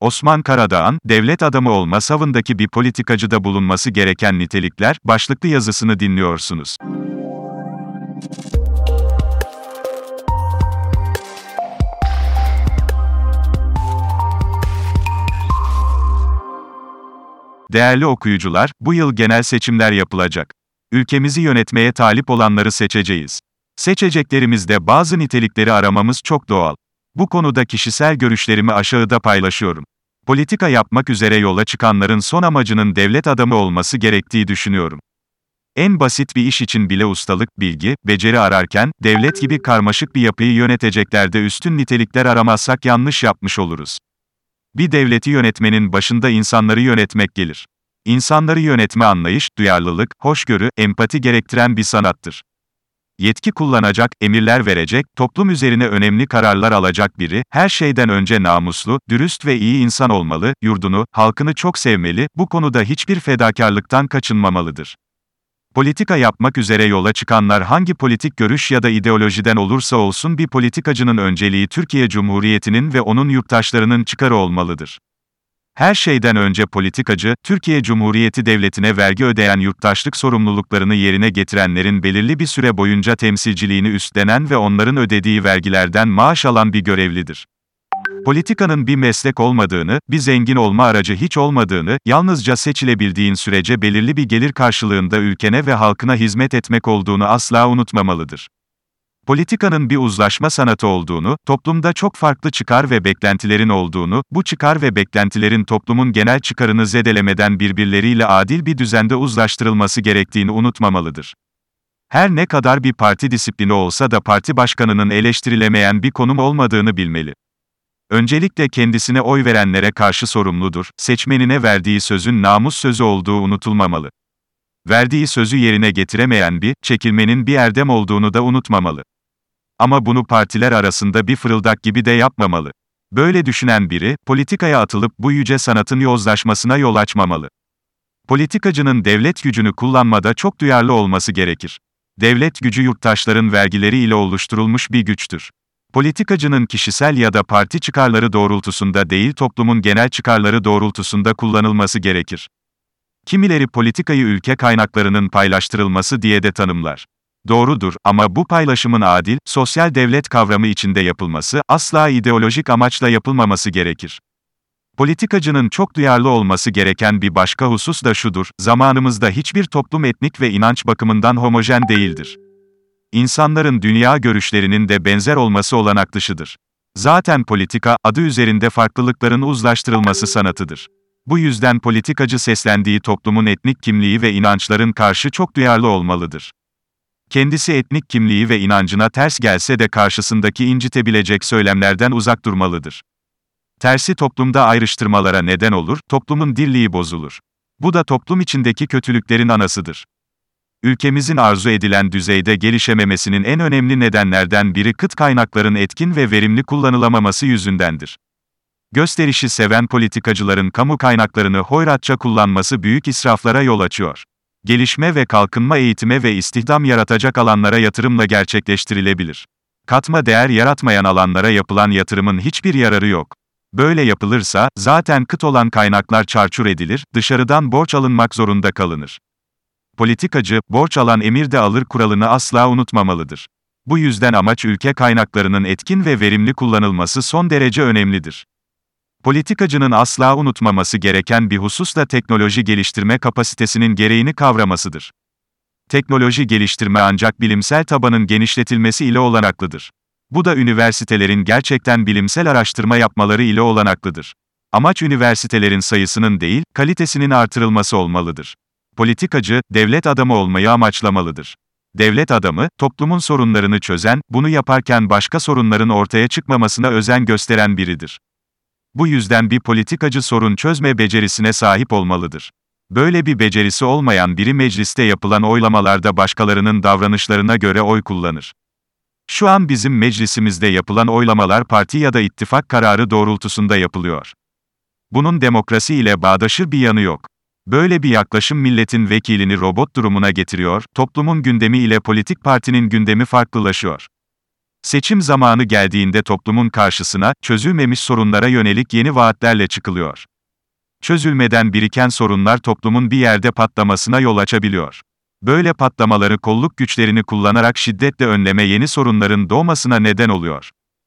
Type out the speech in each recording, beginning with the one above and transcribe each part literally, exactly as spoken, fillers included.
Osman Karadağ'ın, devlet adamı olma savındaki bir politikacıda bulunması gereken nitelikler, başlıklı yazısını dinliyorsunuz. Değerli okuyucular, bu yıl genel seçimler yapılacak. Ülkemizi yönetmeye talip olanları seçeceğiz. Seçeceklerimizde bazı nitelikleri aramamız çok doğal. Bu konuda kişisel görüşlerimi aşağıda paylaşıyorum. Politika yapmak üzere yola çıkanların son amacının devlet adamı olması gerektiği düşünüyorum. En basit bir iş için bile ustalık, bilgi, beceri ararken, devlet gibi karmaşık bir yapıyı yöneteceklerde üstün nitelikler aramazsak yanlış yapmış oluruz. Bir devleti yönetmenin başında insanları yönetmek gelir. İnsanları yönetme anlayış, duyarlılık, hoşgörü, empati gerektiren bir sanattır. Yetki kullanacak, emirler verecek, toplum üzerine önemli kararlar alacak biri, her şeyden önce namuslu, dürüst ve iyi insan olmalı, yurdunu, halkını çok sevmeli, bu konuda hiçbir fedakarlıktan kaçınmamalıdır. Politika yapmak üzere yola çıkanlar hangi politik görüş ya da ideolojiden olursa olsun bir politikacının önceliği Türkiye Cumhuriyeti'nin ve onun yurttaşlarının çıkarı olmalıdır. Her şeyden önce politikacı, Türkiye Cumhuriyeti Devleti'ne vergi ödeyen yurttaşlık sorumluluklarını yerine getirenlerin belirli bir süre boyunca temsilciliğini üstlenen ve onların ödediği vergilerden maaş alan bir görevlidir. Politikanın bir meslek olmadığını, bir zengin olma aracı hiç olmadığını, yalnızca seçilebildiğin sürece belirli bir gelir karşılığında ülkene ve halkına hizmet etmek olduğunu asla unutmamalıdır. Politikanın bir uzlaşma sanatı olduğunu, toplumda çok farklı çıkar ve beklentilerin olduğunu, bu çıkar ve beklentilerin toplumun genel çıkarını zedelemeden birbirleriyle adil bir düzende uzlaştırılması gerektiğini unutmamalıdır. Her ne kadar bir parti disiplini olsa da parti başkanının eleştirilemeyen bir konum olmadığını bilmeli. Öncelikle kendisine oy verenlere karşı sorumludur, seçmenine verdiği sözün namus sözü olduğu unutulmamalı. Verdiği sözü yerine getiremeyen bir, çekilmenin bir erdem olduğunu da unutmamalı. Ama bunu partiler arasında bir fırıldak gibi de yapmamalı. Böyle düşünen biri, politikaya atılıp bu yüce sanatın yozlaşmasına yol açmamalı. Politikacının devlet gücünü kullanmada çok duyarlı olması gerekir. Devlet gücü yurttaşların vergileri ile oluşturulmuş bir güçtür. Politikacının kişisel ya da parti çıkarları doğrultusunda değil toplumun genel çıkarları doğrultusunda kullanılması gerekir. Kimileri politikayı ülke kaynaklarının paylaştırılması diye de tanımlar. Doğrudur ama bu paylaşımın adil, sosyal devlet kavramı içinde yapılması, asla ideolojik amaçla yapılmaması gerekir. Politikacının çok duyarlı olması gereken bir başka husus da şudur, zamanımızda hiçbir toplum etnik ve inanç bakımından homojen değildir. İnsanların dünya görüşlerinin de benzer olması olanak dışıdır. Zaten politika, adı üzerinde farklılıkların uzlaştırılması sanatıdır. Bu yüzden politikacı seslendiği toplumun etnik kimliği ve inançların karşı çok duyarlı olmalıdır. Kendisi etnik kimliği ve inancına ters gelse de karşısındaki incitebilecek söylemlerden uzak durmalıdır. Tersi toplumda ayrıştırmalara neden olur, toplumun dirliği bozulur. Bu da toplum içindeki kötülüklerin anasıdır. Ülkemizin arzu edilen düzeyde gelişememesinin en önemli nedenlerden biri kıt kaynakların etkin ve verimli kullanılamaması yüzündendir. Gösterişi seven politikacıların kamu kaynaklarını hoyratça kullanması büyük israflara yol açıyor. Gelişme ve kalkınma eğitime ve istihdam yaratacak alanlara yatırımla gerçekleştirilebilir. Katma değer yaratmayan alanlara yapılan yatırımın hiçbir yararı yok. Böyle yapılırsa, zaten kıt olan kaynaklar çarçur edilir, dışarıdan borç alınmak zorunda kalınır. Politikacı, borç alan emir de alır kuralını asla unutmamalıdır. Bu yüzden amaç ülke kaynaklarının etkin ve verimli kullanılması son derece önemlidir. Politikacının asla unutmaması gereken bir husus da teknoloji geliştirme kapasitesinin gereğini kavramasıdır. Teknoloji geliştirme ancak bilimsel tabanın genişletilmesi ile olanaklıdır. Bu da üniversitelerin gerçekten bilimsel araştırma yapmaları ile olanaklıdır. Amaç üniversitelerin sayısının değil, kalitesinin artırılması olmalıdır. Politikacı, devlet adamı olmayı amaçlamalıdır. Devlet adamı, toplumun sorunlarını çözen, bunu yaparken başka sorunların ortaya çıkmamasına özen gösteren biridir. Bu yüzden bir politikacı sorun çözme becerisine sahip olmalıdır. Böyle bir becerisi olmayan biri mecliste yapılan oylamalarda başkalarının davranışlarına göre oy kullanır. Şu an bizim meclisimizde yapılan oylamalar parti ya da ittifak kararı doğrultusunda yapılıyor. Bunun demokrasi ile bağdaşır bir yanı yok. Böyle bir yaklaşım milletin vekilini robot durumuna getiriyor, toplumun gündemi ile politik partinin gündemi farklılaşıyor. Seçim zamanı geldiğinde toplumun karşısına, çözülmemiş sorunlara yönelik yeni vaatlerle çıkılıyor. Çözülmeden biriken sorunlar toplumun bir yerde patlamasına yol açabiliyor. Böyle patlamaları kolluk güçlerini kullanarak şiddetle önleme yeni sorunların doğmasına neden oluyor.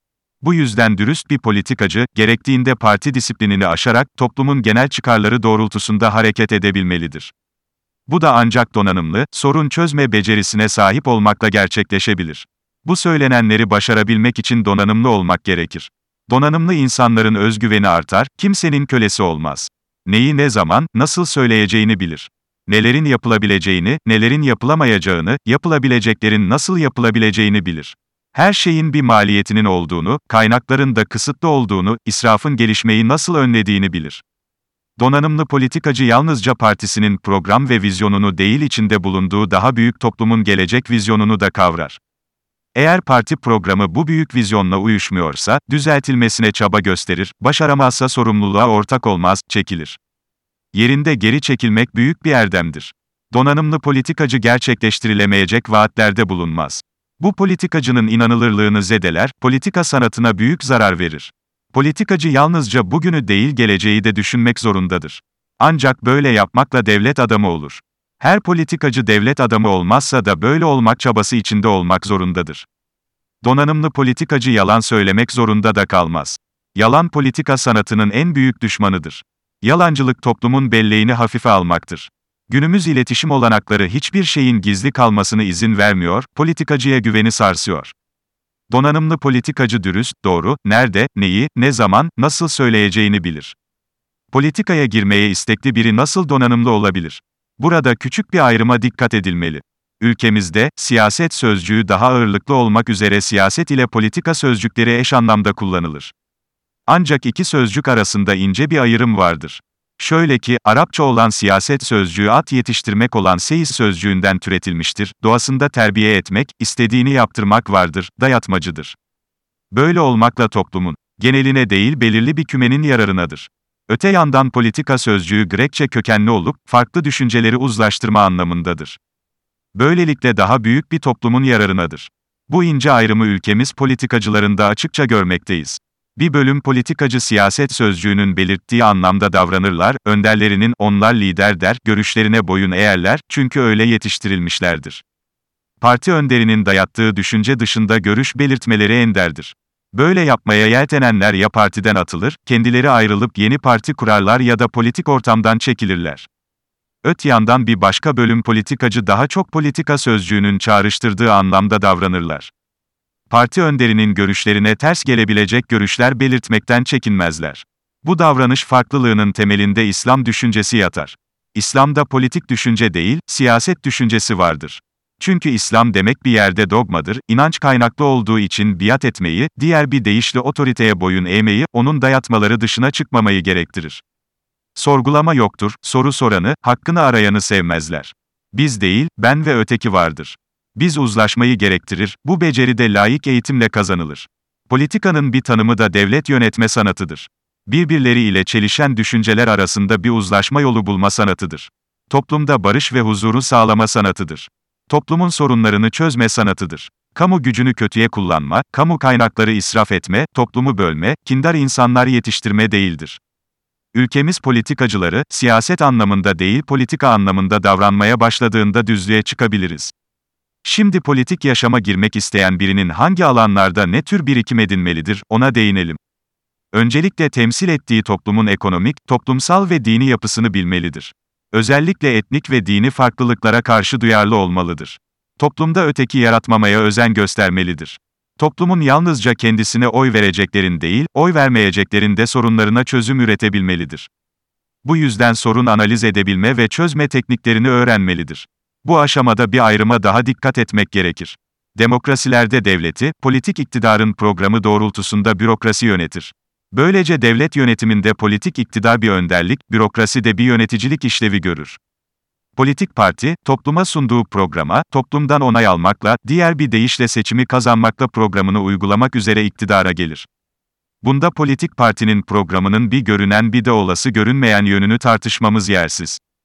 Bu yüzden dürüst bir politikacı, gerektiğinde parti disiplinini aşarak, toplumun genel çıkarları doğrultusunda hareket edebilmelidir. Bu da ancak donanımlı, sorun çözme becerisine sahip olmakla gerçekleşebilir. Bu söylenenleri başarabilmek için donanımlı olmak gerekir. Donanımlı insanların özgüveni artar, kimsenin kölesi olmaz. Neyi ne zaman, nasıl söyleyeceğini bilir. Nelerin yapılabileceğini, nelerin yapılamayacağını, yapılabileceklerin nasıl yapılabileceğini bilir. Her şeyin bir maliyetinin olduğunu, kaynakların da kısıtlı olduğunu, israfın gelişmeyi nasıl önlediğini bilir. Donanımlı politikacı yalnızca partisinin program ve vizyonunu değil içinde bulunduğu daha büyük toplumun gelecek vizyonunu da kavrar. Eğer parti programı bu büyük vizyonla uyuşmuyorsa, düzeltilmesine çaba gösterir, başaramazsa sorumluluğa ortak olmaz, çekilir. Yerinde geri çekilmek büyük bir erdemdir. Donanımlı politikacı gerçekleştirilemeyecek vaatlerde bulunmaz. Bu politikacının inanılırlığını zedeler, politika sanatına büyük zarar verir. Politikacı yalnızca bugünü değil geleceği de düşünmek zorundadır. Ancak böyle yapmakla devlet adamı olur. Her politikacı devlet adamı olmazsa da böyle olmak çabası içinde olmak zorundadır. Donanımlı politikacı yalan söylemek zorunda da kalmaz. Yalan politika sanatının en büyük düşmanıdır. Yalancılık toplumun belleğini hafife almaktır. Günümüz iletişim olanakları hiçbir şeyin gizli kalmasına izin vermiyor, politikacıya güveni sarsıyor. Donanımlı politikacı dürüst, doğru, nerede, neyi, ne zaman, nasıl söyleyeceğini bilir. Politikaya girmeye istekli biri nasıl donanımlı olabilir? Burada küçük bir ayrıma dikkat edilmeli. Ülkemizde, siyaset sözcüğü daha ağırlıklı olmak üzere siyaset ile politika sözcükleri eş anlamda kullanılır. Ancak iki sözcük arasında ince bir ayrım vardır. Şöyle ki, Arapça olan siyaset sözcüğü at yetiştirmek olan seyis sözcüğünden türetilmiştir, doğasında terbiye etmek, istediğini yaptırmak vardır, dayatmacıdır. Böyle olmakla toplumun, geneline değil belirli bir kümenin yararınadır. Öte yandan politika sözcüğü Grekçe kökenli olup, farklı düşünceleri uzlaştırma anlamındadır. Böylelikle daha büyük bir toplumun yararınadır. Bu ince ayrımı ülkemiz politikacılarında açıkça görmekteyiz. Bir bölüm politikacı siyaset sözcüğünün belirttiği anlamda davranırlar, önderlerinin, onlar lider der, görüşlerine boyun eğerler, çünkü öyle yetiştirilmişlerdir. Parti önderinin dayattığı düşünce dışında görüş belirtmeleri enderdir. Böyle yapmaya yeltenenler ya partiden atılır, kendileri ayrılıp yeni parti kurarlar ya da politik ortamdan çekilirler. Öte yandan bir başka bölüm politikacı daha çok politika sözcüğünün çağrıştırdığı anlamda davranırlar. Parti önderinin görüşlerine ters gelebilecek görüşler belirtmekten çekinmezler. Bu davranış farklılığının temelinde İslam düşüncesi yatar. İslam'da politik düşünce değil, siyaset düşüncesi vardır. Çünkü İslam demek bir yerde dogmadır, inanç kaynaklı olduğu için biat etmeyi, diğer bir deyişle otoriteye boyun eğmeyi, onun dayatmaları dışına çıkmamayı gerektirir. Sorgulama yoktur, soru soranı, hakkını arayanı sevmezler. Biz değil, ben ve öteki vardır. Biz uzlaşmayı gerektirir, bu beceri de layık eğitimle kazanılır. Politikanın bir tanımı da devlet yönetme sanatıdır. Birbirleriyle çelişen düşünceler arasında bir uzlaşma yolu bulma sanatıdır. Toplumda barış ve huzuru sağlama sanatıdır. Toplumun sorunlarını çözme sanatıdır. Kamu gücünü kötüye kullanma, kamu kaynakları israf etme, toplumu bölme, kindar insanlar yetiştirme değildir. Ülkemiz politikacıları, siyaset anlamında değil politika anlamında davranmaya başladığında düzlüğe çıkabiliriz. Şimdi politik yaşama girmek isteyen birinin hangi alanlarda ne tür birikim edinmelidir, ona değinelim. Öncelikle temsil ettiği toplumun ekonomik, toplumsal ve dini yapısını bilmelidir. Özellikle etnik ve dini farklılıklara karşı duyarlı olmalıdır. Toplumda öteki yaratmamaya özen göstermelidir. Toplumun yalnızca kendisine oy vereceklerin değil, oy vermeyeceklerin de sorunlarına çözüm üretebilmelidir. Bu yüzden sorun analiz edebilme ve çözme tekniklerini öğrenmelidir. Bu aşamada bir ayrıma daha dikkat etmek gerekir. Demokrasilerde devleti, politik iktidarın programı doğrultusunda bürokrasi yönetir. Böylece devlet yönetiminde politik iktidar bir önderlik, bürokrasi de bir yöneticilik işlevi görür. Politik parti, topluma sunduğu programa, toplumdan onay almakla, diğer bir deyişle seçimi kazanmakla programını uygulamak üzere iktidara gelir. Bunda politik partinin programının bir görünen bir de olası görünmeyen yönünü tartışmamız yersiz.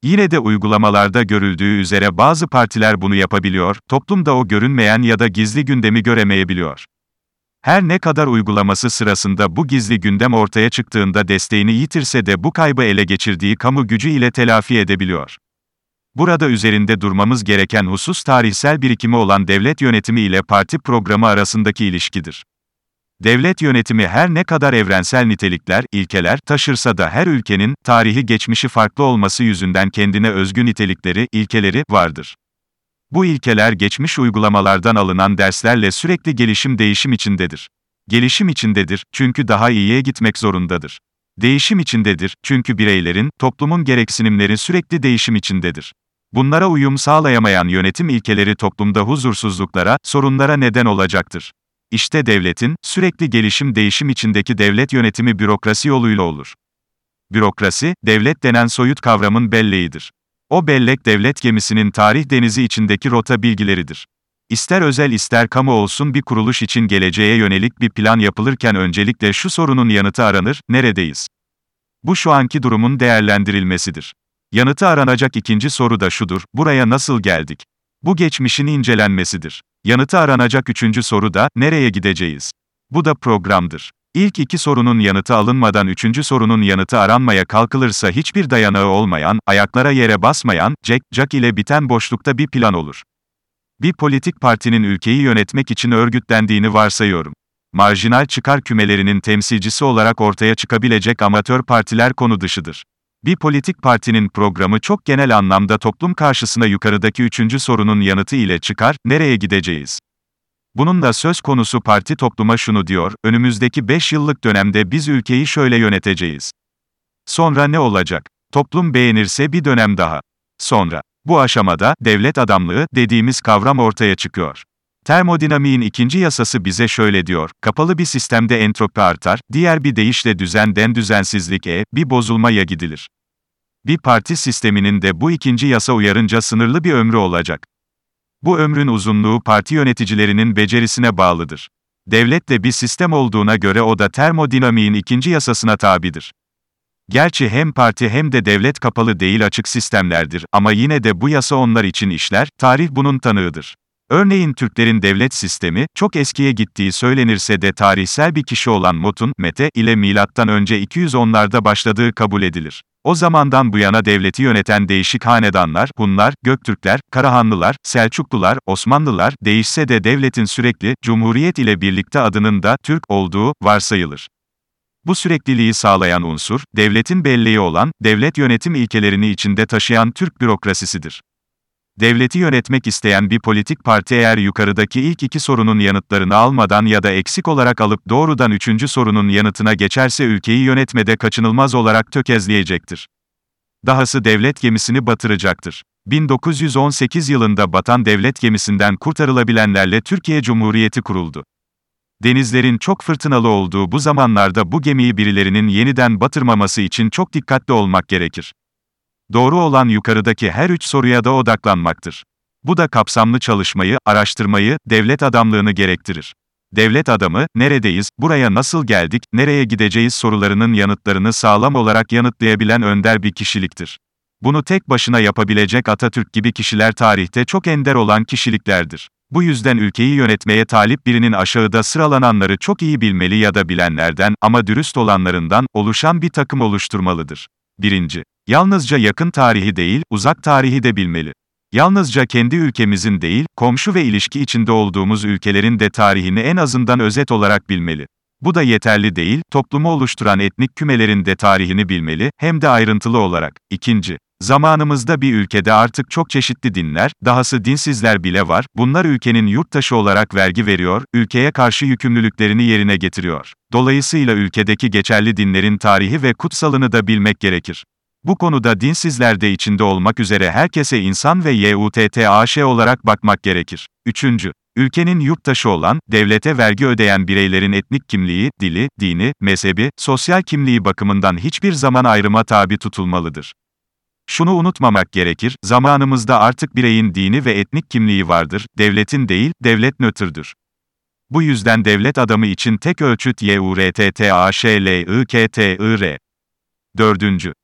Yine de uygulamalarda görüldüğü üzere bazı partiler bunu yapabiliyor, toplumda o görünmeyen ya da gizli gündemi göremeyebiliyor. Her ne kadar uygulaması sırasında bu gizli gündem ortaya çıktığında desteğini yitirse de bu kaybı ele geçirdiği kamu gücü ile telafi edebiliyor. Burada üzerinde durmamız gereken husus tarihsel birikimi olan devlet yönetimi ile parti programı arasındaki ilişkidir. Devlet yönetimi her ne kadar evrensel nitelikler, ilkeler taşırsa da her ülkenin, tarihi geçmişi farklı olması yüzünden kendine özgü nitelikleri, ilkeleri vardır. Bu ilkeler geçmiş uygulamalardan alınan derslerle sürekli gelişim değişim içindedir. Gelişim içindedir, çünkü daha iyiye gitmek zorundadır. Değişim içindedir, çünkü bireylerin, toplumun gereksinimleri sürekli değişim içindedir. Bunlara uyum sağlayamayan yönetim ilkeleri toplumda huzursuzluklara, sorunlara neden olacaktır. İşte devletin, sürekli gelişim değişim içindeki devlet yönetimi bürokrasi yoluyla olur. Bürokrasi, devlet denen soyut kavramın belleğidir. O bellek devlet gemisinin tarih denizi içindeki rota bilgileridir. İster özel ister kamu olsun bir kuruluş için geleceğe yönelik bir plan yapılırken öncelikle şu sorunun yanıtı aranır: neredeyiz? Bu şu anki durumun değerlendirilmesidir. Yanıtı aranacak ikinci soru da şudur: buraya nasıl geldik? Bu geçmişin incelenmesidir. Yanıtı aranacak üçüncü soru da, nereye gideceğiz? Bu da programdır. İlk iki sorunun yanıtı alınmadan üçüncü sorunun yanıtı aranmaya kalkılırsa hiçbir dayanağı olmayan, ayaklara yere basmayan, cek, cak ile biten boşlukta bir plan olur. Bir politik partinin ülkeyi yönetmek için örgütlendiğini varsayıyorum. Marjinal çıkar kümelerinin temsilcisi olarak ortaya çıkabilecek amatör partiler konu dışıdır. Bir politik partinin programı çok genel anlamda toplum karşısına yukarıdaki üçüncü sorunun yanıtı ile çıkar: nereye gideceğiz? Bununla söz konusu parti topluma şunu diyor: önümüzdeki beş yıllık dönemde biz ülkeyi şöyle yöneteceğiz. Sonra ne olacak? Toplum beğenirse bir dönem daha. Sonra. Bu aşamada, devlet adamlığı dediğimiz kavram ortaya çıkıyor. Termodinamiğin ikinci yasası bize şöyle diyor: kapalı bir sistemde entropi artar, diğer bir deyişle düzenden düzensizlik e, bir bozulmaya gidilir. Bir parti sisteminin de bu ikinci yasa uyarınca sınırlı bir ömrü olacak. Bu ömrün uzunluğu parti yöneticilerinin becerisine bağlıdır. Devlet de bir sistem olduğuna göre o da termodinamiğin ikinci yasasına tabidir. Gerçi hem parti hem de devlet kapalı değil açık sistemlerdir ama yine de bu yasa onlar için işler, tarih bunun tanığıdır. Örneğin Türklerin devlet sistemi, çok eskiye gittiği söylenirse de tarihsel bir kişi olan Motun, Mete ile milattan önce iki yüz onlarda başladığı kabul edilir. O zamandan bu yana devleti yöneten değişik hanedanlar, Hunlar, Göktürkler, Karahanlılar, Selçuklular, Osmanlılar, değişse de devletin sürekli, Cumhuriyet ile birlikte adının da Türk olduğu varsayılır. Bu sürekliliği sağlayan unsur, devletin belleği olan, devlet yönetim ilkelerini içinde taşıyan Türk bürokrasisidir. Devleti yönetmek isteyen bir politik parti eğer yukarıdaki ilk iki sorunun yanıtlarını almadan ya da eksik olarak alıp doğrudan üçüncü sorunun yanıtına geçerse ülkeyi yönetmede kaçınılmaz olarak tökezleyecektir. Dahası devlet gemisini batıracaktır. bin dokuz yüz on sekiz yılında batan devlet gemisinden kurtarılabilenlerle Türkiye Cumhuriyeti kuruldu. Denizlerin çok fırtınalı olduğu bu zamanlarda bu gemiyi birilerinin yeniden batırmaması için çok dikkatli olmak gerekir. Doğru olan yukarıdaki her üç soruya da odaklanmaktır. Bu da kapsamlı çalışmayı, araştırmayı, devlet adamlığını gerektirir. Devlet adamı, neredeyiz, buraya nasıl geldik, nereye gideceğiz sorularının yanıtlarını sağlam olarak yanıtlayabilen önder bir kişiliktir. Bunu tek başına yapabilecek Atatürk gibi kişiler tarihte çok ender olan kişiliklerdir. Bu yüzden ülkeyi yönetmeye talip birinin aşağıda sıralananları çok iyi bilmeli ya da bilenlerden, ama dürüst olanlarından, oluşan bir takım oluşturmalıdır. birinci. Yalnızca yakın tarihi değil, uzak tarihi de bilmeli. Yalnızca kendi ülkemizin değil, komşu ve ilişki içinde olduğumuz ülkelerin de tarihini en azından özet olarak bilmeli. Bu da yeterli değil, toplumu oluşturan etnik kümelerin de tarihini bilmeli, hem de ayrıntılı olarak. İkinci. Zamanımızda bir ülkede artık çok çeşitli dinler, dahası dinsizler bile var, bunlar ülkenin yurttaşı olarak vergi veriyor, ülkeye karşı yükümlülüklerini yerine getiriyor. Dolayısıyla ülkedeki geçerli dinlerin tarihi ve kutsalını da bilmek gerekir. Bu konuda dinsizler de içinde olmak üzere herkese insan ve yurttaş olarak bakmak gerekir. Üçüncü. Ülkenin yurttaşı olan, devlete vergi ödeyen bireylerin etnik kimliği, dili, dini, mezhebi, sosyal kimliği bakımından hiçbir zaman ayrıma tabi tutulmalıdır. Şunu unutmamak gerekir, zamanımızda artık bireyin dini ve etnik kimliği vardır, devletin değil, devlet nötrdür. Bu yüzden devlet adamı için tek ölçüt yurttaşlıktır. Dördüncü.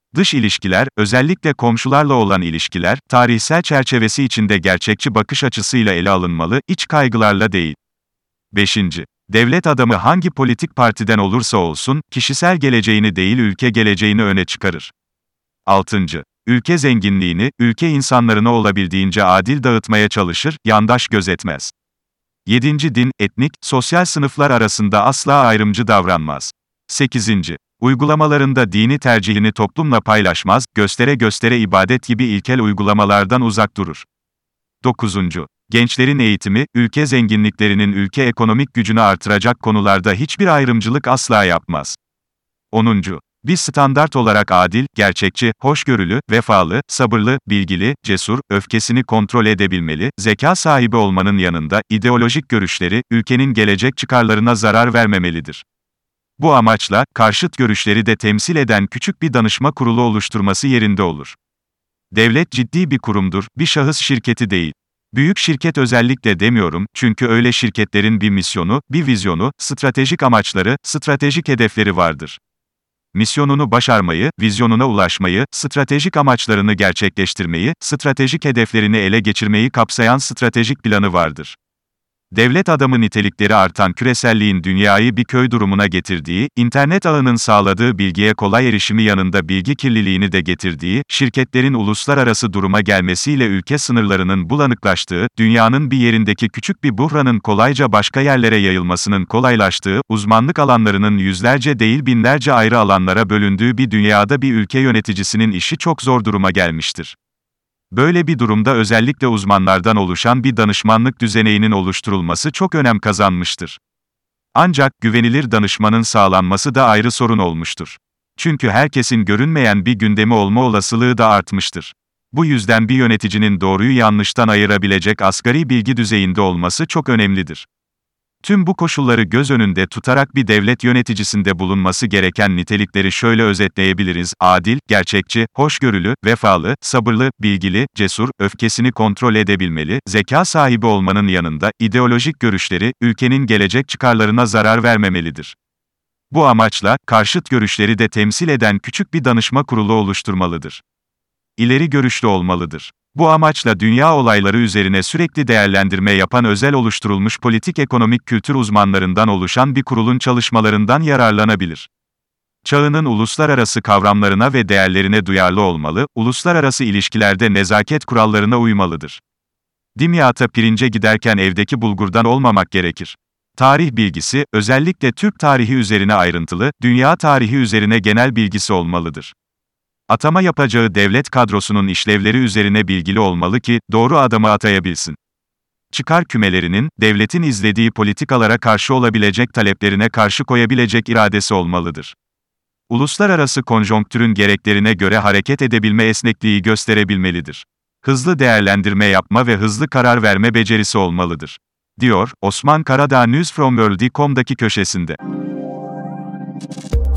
Dış ilişkiler, özellikle komşularla olan ilişkiler, tarihsel çerçevesi içinde gerçekçi bakış açısıyla ele alınmalı, iç kaygılarla değil. beşinci. Devlet adamı hangi politik partiden olursa olsun, kişisel geleceğini değil ülke geleceğini öne çıkarır. altıncı. Ülke zenginliğini, ülke insanlarına olabildiğince adil dağıtmaya çalışır, yandaş gözetmez. yedinci. Din, etnik, sosyal sınıflar arasında asla ayrımcı davranmaz. sekizinci. Uygulamalarında dini tercihini toplumla paylaşmaz, göstere göstere ibadet gibi ilkel uygulamalardan uzak durur. dokuzuncu. Gençlerin eğitimi, ülke zenginliklerinin ülke ekonomik gücünü artıracak konularda hiçbir ayrımcılık asla yapmaz. onuncu. Bir standart olarak adil, gerçekçi, hoşgörülü, vefalı, sabırlı, bilgili, cesur, öfkesini kontrol edebilmeli, zeka sahibi olmanın yanında, ideolojik görüşleri, ülkenin gelecek çıkarlarına zarar vermemelidir. Bu amaçla, karşıt görüşleri de temsil eden küçük bir danışma kurulu oluşturması yerinde olur. Devlet ciddi bir kurumdur, bir şahıs şirketi değil. Büyük şirket özellikle demiyorum, çünkü öyle şirketlerin bir misyonu, bir vizyonu, stratejik amaçları, stratejik hedefleri vardır. Misyonunu başarmayı, vizyonuna ulaşmayı, stratejik amaçlarını gerçekleştirmeyi, stratejik hedeflerini ele geçirmeyi kapsayan stratejik planı vardır. Devlet adamı nitelikleri artan küreselliğin dünyayı bir köy durumuna getirdiği, internet ağının sağladığı bilgiye kolay erişimi yanında bilgi kirliliğini de getirdiği, şirketlerin uluslararası duruma gelmesiyle ülke sınırlarının bulanıklaştığı, dünyanın bir yerindeki küçük bir buhranın kolayca başka yerlere yayılmasının kolaylaştığı, uzmanlık alanlarının yüzlerce değil binlerce ayrı alanlara bölündüğü bir dünyada bir ülke yöneticisinin işi çok zor duruma gelmiştir. Böyle bir durumda özellikle uzmanlardan oluşan bir danışmanlık düzeneğinin oluşturulması çok önem kazanmıştır. Ancak, güvenilir danışmanın sağlanması da ayrı sorun olmuştur. Çünkü herkesin görünmeyen bir gündemi olma olasılığı da artmıştır. Bu yüzden bir yöneticinin doğruyu yanlıştan ayırabilecek asgari bilgi düzeyinde olması çok önemlidir. Tüm bu koşulları göz önünde tutarak bir devlet yöneticisinde bulunması gereken nitelikleri şöyle özetleyebiliriz: adil, gerçekçi, hoşgörülü, vefalı, sabırlı, bilgili, cesur, öfkesini kontrol edebilmeli, zeka sahibi olmanın yanında, ideolojik görüşleri, ülkenin gelecek çıkarlarına zarar vermemelidir. Bu amaçla, karşıt görüşleri de temsil eden küçük bir danışma kurulu oluşturmalıdır. İleri görüşlü olmalıdır. Bu amaçla dünya olayları üzerine sürekli değerlendirme yapan özel oluşturulmuş politik ekonomik kültür uzmanlarından oluşan bir kurulun çalışmalarından yararlanabilir. Çağının uluslararası kavramlarına ve değerlerine duyarlı olmalı, uluslararası ilişkilerde nezaket kurallarına uymalıdır. Dimyata pirince giderken evdeki bulgurdan olmamak gerekir. Tarih bilgisi, özellikle Türk tarihi üzerine ayrıntılı, dünya tarihi üzerine genel bilgisi olmalıdır. Atama yapacağı devlet kadrosunun işlevleri üzerine bilgili olmalı ki, doğru adamı atayabilsin. Çıkar kümelerinin, devletin izlediği politikalara karşı olabilecek taleplerine karşı koyabilecek iradesi olmalıdır. Uluslararası konjonktürün gereklerine göre hareket edebilme esnekliği gösterebilmelidir. Hızlı değerlendirme yapma ve hızlı karar verme becerisi olmalıdır, diyor, Osman Karadağ News from World nokta com'daki köşesinde.